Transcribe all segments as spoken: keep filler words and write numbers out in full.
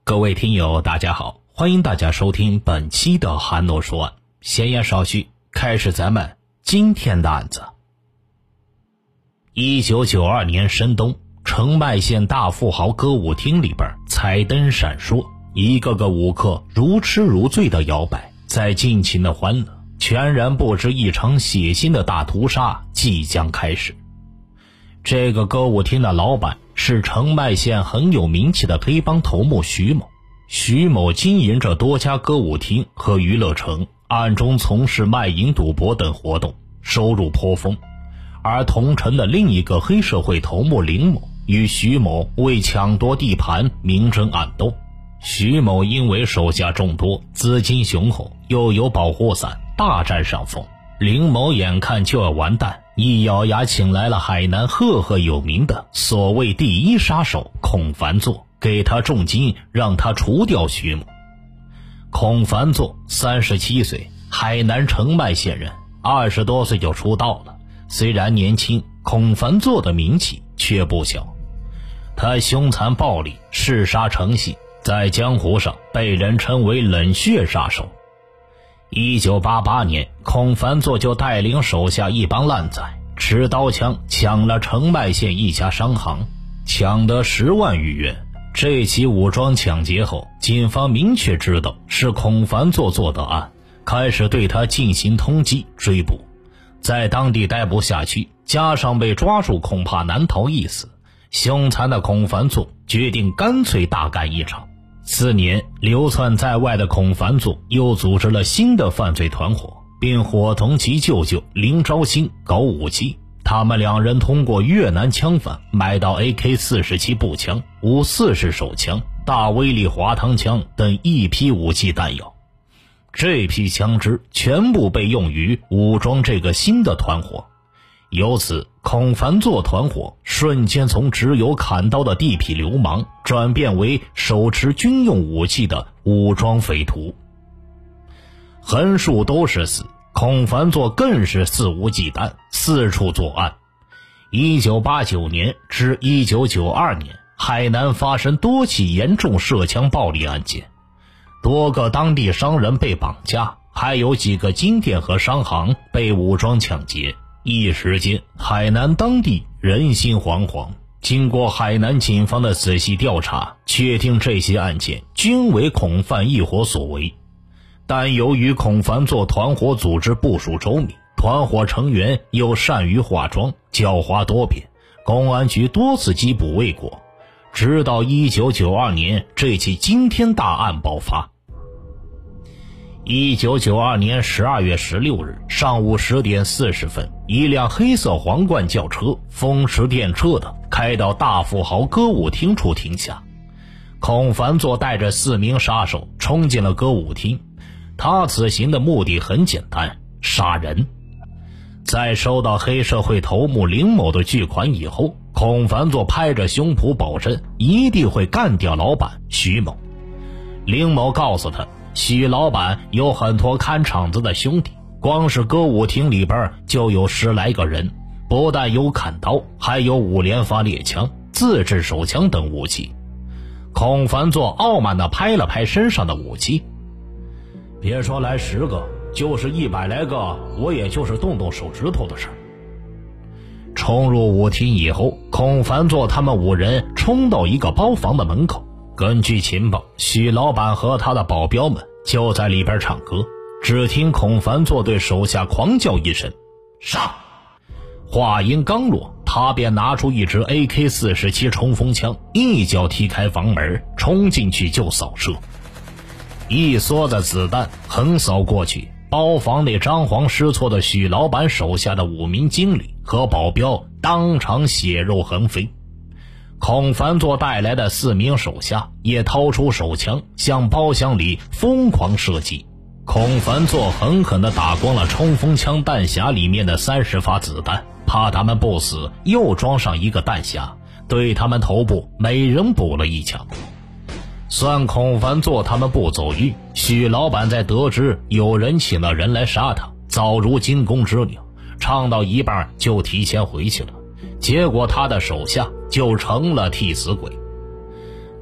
各位听友大家好，欢迎大家收听本期的韩诺说案。闲言少叙，开始咱们今天的案子。一九九二年深冬，澄迈县大富豪歌舞厅里边彩灯闪烁，一个个舞客如痴如醉的摇摆，在尽情的欢乐，全然不知一场血腥的大屠杀即将开始。这个歌舞厅的老板是澄迈县很有名气的黑帮头目徐某。徐某经营着多家歌舞厅和娱乐城，暗中从事卖淫赌博等活动，收入颇丰。而同城的另一个黑社会头目林某与徐某为抢夺地盘明争暗斗。徐某因为手下众多，资金雄厚，又有保护伞，大占上风。林某眼看就要完蛋，一咬牙请来了海南赫赫有名的所谓第一杀手孔凡作，给他重金让他除掉徐某。孔凡作三十七岁，海南澄迈县人，二十多岁就出道了。虽然年轻，孔凡作的名气却不小。他凶残暴力，嗜杀成性，在江湖上被人称为冷血杀手。一九八八年，孔凡作就带领手下一帮烂仔，持刀枪抢了澄迈县一家商行，抢得十万余元。这起武装抢劫后，警方明确知道是孔凡作做的案，开始对他进行通缉追捕。在当地待不下去，加上被抓住恐怕难逃一死，凶残的孔凡作决定干脆大干一场。次年，流窜在外的孔凡作又组织了新的犯罪团伙，并伙同其舅舅林昭兴搞武器。他们两人通过越南枪贩买到 A K 四十七 步枪、五四式手枪、大威力滑膛枪等一批武器弹药。这批枪支全部被用于武装这个新的团伙。由此，孔凡作团伙瞬间从只有砍刀的地痞流氓转变为手持军用武器的武装匪徒。横竖都是死，孔凡作更是肆无忌惮，四处作案。一九八九年至一九九二年，海南发生多起严重涉枪暴力案件，多个当地商人被绑架，还有几个金店和商行被武装抢劫。一时间，海南当地人心惶惶。经过海南警方的仔细调查，确定这些案件均为孔犯一伙所为。但由于孔凡作团伙组织部署周密，团伙成员又善于化妆，狡猾多变，公安局多次缉捕未果。直到一九九二年，这起惊天大案爆发。一九九二年十二月十六日上午十点四十分，一辆黑色皇冠轿车风驰电掣的开到大富豪歌舞厅处停下。孔凡作带着四名杀手冲进了歌舞厅，他此行的目的很简单，杀人。在收到黑社会头目林某的巨款以后，孔凡作拍着胸脯保证一定会干掉老板徐某。林某告诉他，许老板有很多看场子的兄弟，光是歌舞厅里边就有十来个人，不但有砍刀，还有五连发猎枪、自制手枪等武器。孔凡作傲慢地拍了拍身上的武器，别说来十个，就是一百来个，我也就是动动手指头的事儿。冲入舞厅以后，孔凡作他们五人冲到一个包房的门口。根据情报，许老板和他的保镖们就在里边唱歌。只听孔凡作对手下狂叫一声，上！话音刚落，他便拿出一支 A K 四十七 冲锋枪，一脚踢开房门，冲进去就扫射。一梭子子弹横扫过去，包房内张皇失措的许老板手下的五名经理和保镖当场血肉横飞。孔凡作带来的四名手下也掏出手枪，向包厢里疯狂射击。孔凡作狠狠地打光了冲锋枪弹匣里面的三十发子弹，怕他们不死，又装上一个弹匣，对他们头部每人补了一枪。算孔凡作他们不走运，许老板在得知有人请了人来杀他，早如惊弓之鸟，唱到一半就提前回去了。结果他的手下就成了替死鬼。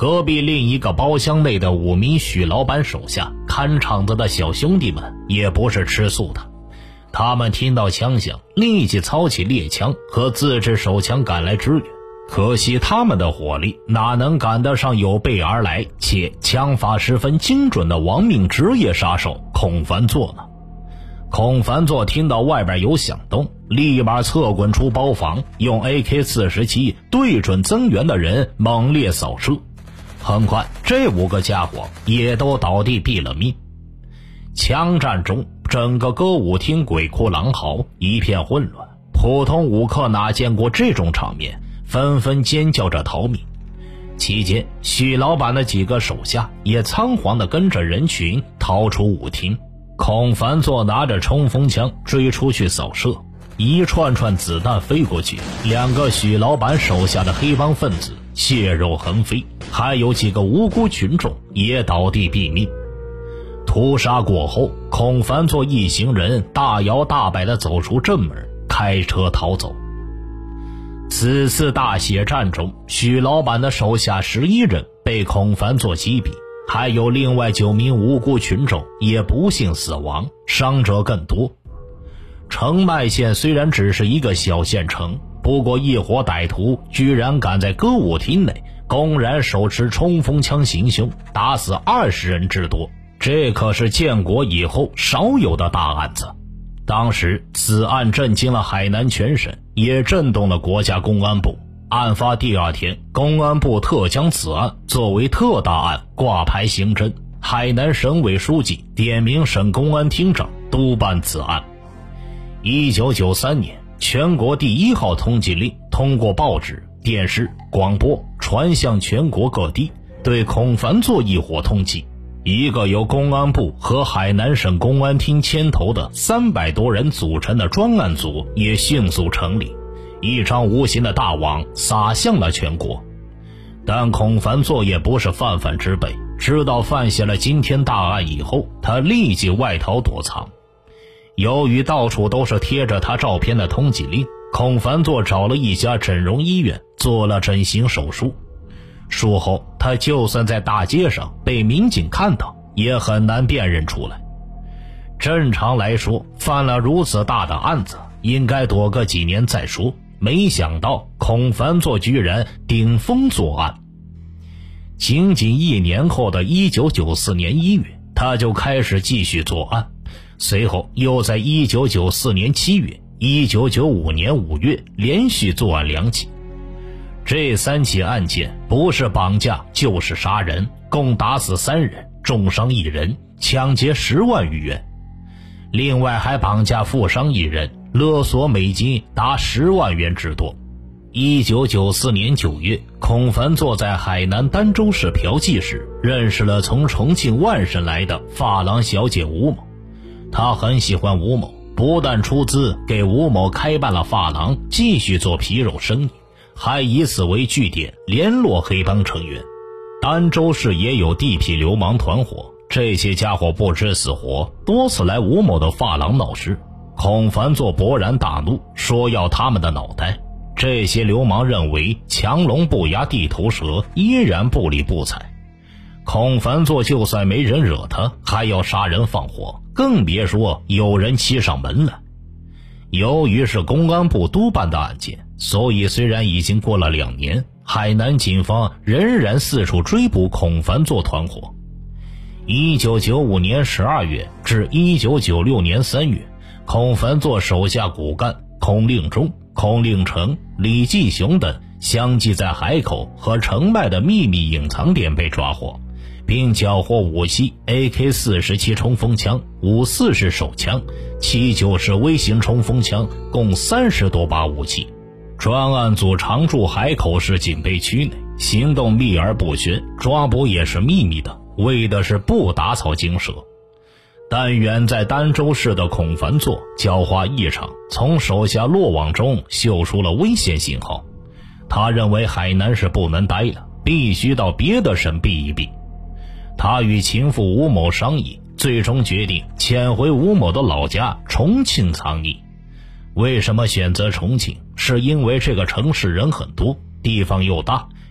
隔壁另一个包厢内的五名许老板手下看场子的小兄弟们也不是吃素的，他们听到枪响立即操起猎枪和自制手枪赶来支援。可惜他们的火力哪能赶得上有备而来且枪法十分精准的亡命职业杀手孔凡作呢？孔凡作听到外边有响动，立马侧滚出包房，用 A K 四十七 对准增援的人猛烈扫射。很快这五个家伙也都倒地毙了命。枪战中整个歌舞厅鬼哭狼嚎，一片混乱，普通舞客哪见过这种场面，纷纷尖叫着逃命。期间许老板的几个手下也仓皇地跟着人群逃出舞厅。孔凡作拿着冲锋枪追出去扫射，一串串子弹飞过去，两个许老板手下的黑帮分子血肉横飞，还有几个无辜群众也倒地毙命。屠杀过后，孔凡作一行人大摇大摆地走出正门，开车逃走。此次大血战中，许老板的手下十一人被孔凡作击毙，还有另外九名无辜群众也不幸死亡，伤者更多。澄迈县虽然只是一个小县城，不过一伙歹徒居然敢在歌舞厅内公然手持冲锋枪行凶，打死二十人之多，这可是建国以后少有的大案子。当时此案震惊了海南全省，也震动了国家公安部。案发第二天，公安部特将此案作为特大案挂牌刑侦，海南省委书记点名省公安厅长督办此案。一九九三年，全国第一号通缉令通过报纸、电视、广播传向全国各地，对孔凡作一伙通缉。一个由公安部和海南省公安厅牵头的三百多人组成的专案组也迅速成立，一张无形的大网撒向了全国。但孔凡作也不是泛泛之辈，知道犯下了惊天大案以后，他立即外逃躲藏。由于到处都是贴着他照片的通缉令，孔凡作找了一家整容医院做了整形手术。术后他就算在大街上被民警看到，也很难辨认出来。正常来说，犯了如此大的案子，应该躲个几年再说，没想到孔凡作居然顶风作案。仅仅一年后的一九九四年一月，他就开始继续作案，随后又在一九九四年七月、一九九五年五月连续作案两起。这三起案件不是绑架就是杀人，共打死三人，重伤一人，抢劫十万余元。另外还绑架负伤一人，勒索美金达十万元之多。一九九四年九月，孔凡作在海南儋州市嫖妓时认识了从重庆万盛来的发廊小姐吴某。他很喜欢吴某，不但出资给吴某开办了发廊，继续做皮肉生意，还以此为据点联络黑帮成员。儋州市也有地痞流氓团伙，这些家伙不知死活，多次来吴某的发廊闹事。孔凡作勃然大怒，说要他们的脑袋。这些流氓认为强龙不压地头蛇，依然不理不睬。孔凡作就算没人惹他，还要杀人放火，更别说有人欺上门来。由于是公安部督办的案件，所以虽然已经过了两年，海南警方仍然四处追捕孔凡作团伙。一九九五年十二月至一九九六年三月，孔凡作手下骨干孔令忠、孔令成、李继雄等相继在海口和澄迈的秘密隐藏点被抓获，并缴获武器 A K 四十七 冲锋枪、五四式手枪、七九式微型冲锋枪共三十多把武器。专案组常驻海口市警备区内，行动秘而不宣，抓捕也是秘密的，为的是不打草惊蛇。但远在儋州市的孔凡作狡猾异常，从手下落网中嗅出了危险信号。他认为海南市不能待了，必须到别的省避一避。他与情妇吴某商议，最终决定潜回吴某的老家重庆藏匿。为什么选择重庆？是因为这个城市人很多，地方又大，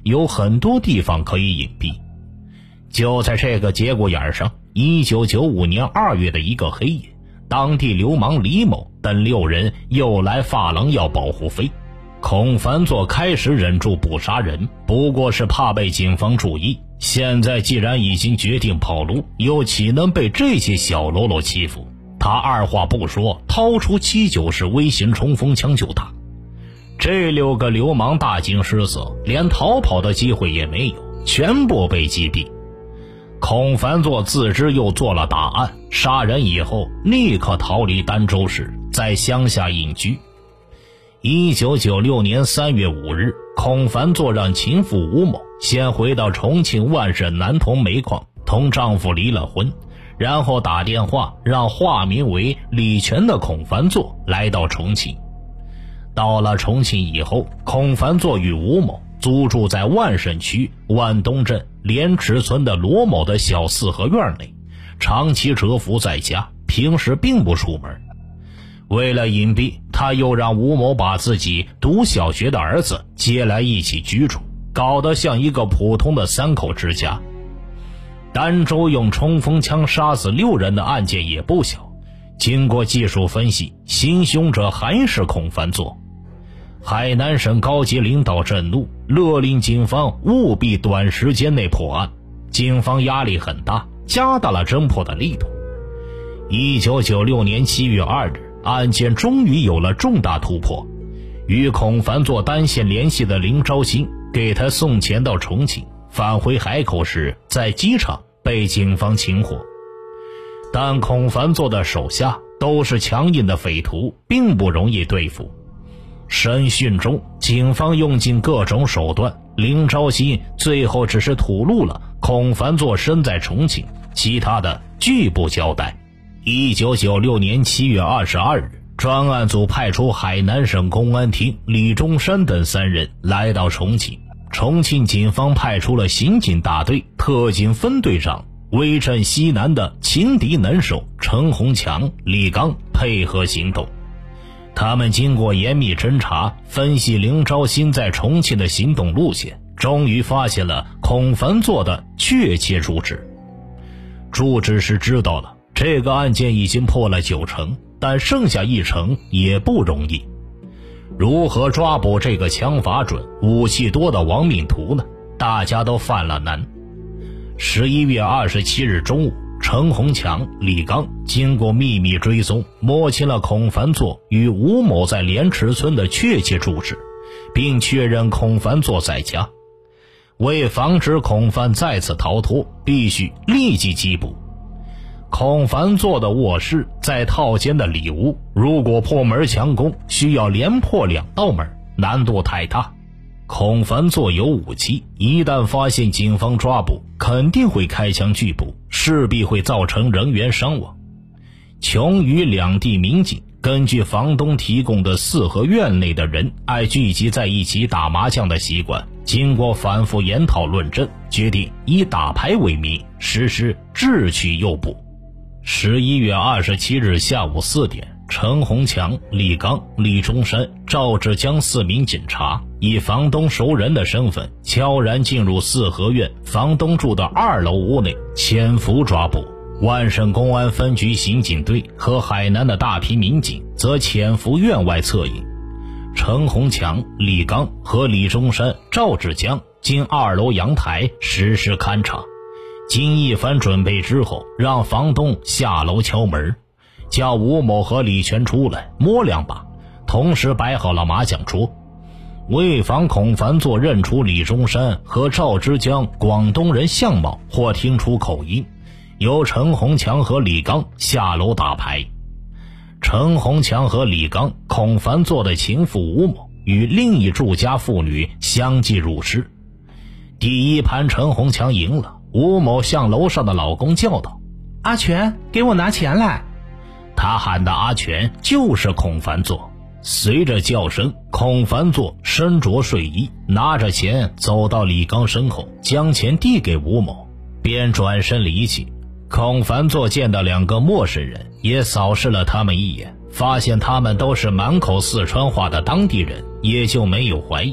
有很多地方可以隐蔽。就在这个节骨眼上，一九九五年二月的一个黑夜，当地流氓李某等六人又来发廊要保护费。孔凡作开始忍住不杀人，不过是怕被警方注意，现在既然已经决定跑路，又岂能被这些小喽啰欺负？他二话不说，掏出七九式微型冲锋枪就打。这六个流氓大惊失色，连逃跑的机会也没有，全部被击毙。孔凡作自知又做了大案，杀人以后立刻逃离儋州市，在乡下隐居。一九九六年三月五日，孔凡作让情妇吴某先回到重庆万盛南通煤矿，同丈夫离了婚，然后打电话让化名为李全的孔凡作来到重庆。到了重庆以后，孔凡作与吴某租住在万盛区万东镇莲池村的罗某的小四合院内，长期蛰伏在家，平时并不出门。为了隐蔽，他又让吴某把自己读小学的儿子接来一起居住，搞得像一个普通的三口之家。儋州用冲锋枪杀死六人的案件也不小，经过技术分析，行凶者还是孔凡作。海南省高级领导震怒，勒令警方务必短时间内破案。警方压力很大，加大了侦破的力度。一九九六年七月二日，案件终于有了重大突破。与孔凡作单线联系的林昭新给他送钱到重庆，返回海口时在机场被警方擒获。但孔凡作的手下都是强硬的匪徒，并不容易对付。审讯中，警方用尽各种手段，林昭新最后只是吐露了孔凡作身在重庆，其他的拒不交代。一九九六年七月二十二日，专案组派出海南省公安厅李中山等三人来到重庆。重庆警方派出了刑警大队特警分队长威震西南的情敌能手陈洪强、李刚配合行动。他们经过严密侦查，分析林昭新在重庆的行动路线，终于发现了孔凡作的确切住址。住址时知道了，这个案件已经破了九成，但剩下一成也不容易。如何抓捕这个枪法准、武器多的亡命徒呢？大家都犯了难。十一月二十七日中午，陈洪强、李刚经过秘密追踪，摸清了孔凡作与吴某在莲池村的确切住址，并确认孔凡作在家。为防止孔凡再次逃脱，必须立即缉捕。孔凡作的卧室在套间的里屋，如果破门强攻，需要连破两道门，难度太大。孔凡作有武器，一旦发现警方抓捕，肯定会开枪拒捕，势必会造成人员伤亡。琼渝两地民警根据房东提供的四合院内的人爱聚集在一起打麻将的习惯，经过反复研讨论证，决定以打牌为名实施智取诱捕。十一月二十七日下午四点，陈洪强、李刚、李中山、赵志江四名警察以房东熟人的身份，悄然进入四合院房东住的二楼屋内，潜伏抓捕。万盛公安分局刑警队和海南的大批民警则潜伏院外策应。陈洪强、李刚和李中山、赵志江经二楼阳台实施勘查。经一番准备之后，让房东下楼敲门，叫吴某和李全出来摸两把，同时摆好了麻将桌。为防孔凡作认出李中山和赵之江广东人相貌或听出口音，由陈洪强和李刚下楼打牌。陈洪强和李刚、孔凡作的情妇吴某与另一住家妇女相继入室。第一盘陈洪强赢了，吴某向楼上的老公叫道：“ 阿全，给我拿钱来。” 他喊的阿全就是孔凡作。随着叫声，孔凡作身着睡衣，拿着钱走到李刚身后，将钱递给吴某，便转身离去。孔凡作见到两个陌生人，也扫视了他们一眼，发现他们都是满口四川话的当地人，也就没有怀疑。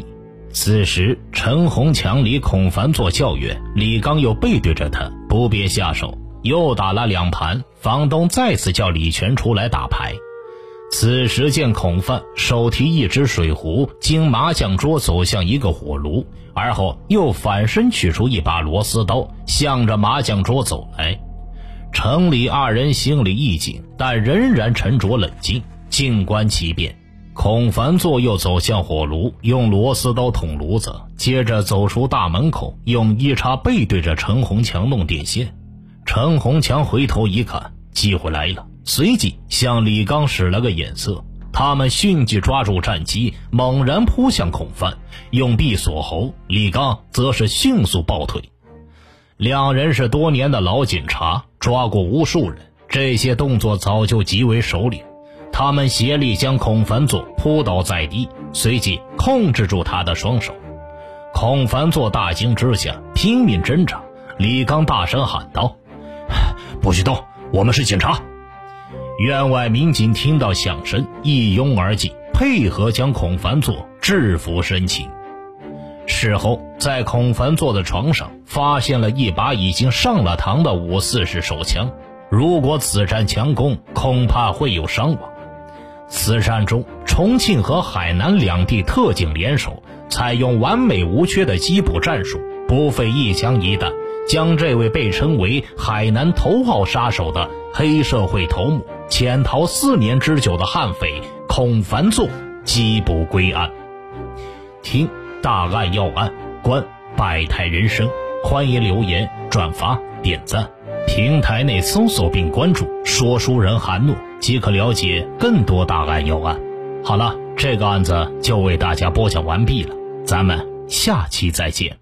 此时陈洪强离孔凡作较远，李刚又背对着他，不便下手，又打了两盘，房东再次叫李全出来打牌。此时见孔范手提一只水壶经麻将桌走向一个火炉，而后又反身取出一把螺丝刀，向着麻将桌走来。程李二人心里一紧，但仍然沉着冷静，静观其变。孔凡作又走向火炉，用螺丝刀捅炉子，接着走出大门口，用一叉背对着陈洪强弄电线。陈洪强回头一看，机会来了，随即向李刚使了个眼色，他们迅即抓住战机，猛然扑向孔范，用臂锁喉，李刚则是迅速抱腿。两人是多年的老警察，抓过无数人，这些动作早就极为熟练。他们协力将孔凡作扑倒在地，随即控制住他的双手。孔凡作大惊之下拼命挣扎，李刚大声喊道：不许动，我们是警察。院外民警听到响声，一拥而进，配合将孔凡作制服申请。事后在孔凡作的床上发现了一把已经上了膛的五四式手枪，如果此战强攻，恐怕会有伤亡。此战中，重庆和海南两地特警联手，采用完美无缺的缉捕战术，不费一枪一弹，将这位被称为海南头号杀手的黑社会头目、潜逃四年之久的悍匪孔凡作缉捕归案。听大案要案，观百态人生，欢迎留言、转发、点赞。平台内搜索并关注说书人韩诺，即可了解更多大案要案。好了，这个案子就为大家播讲完毕了，咱们下期再见。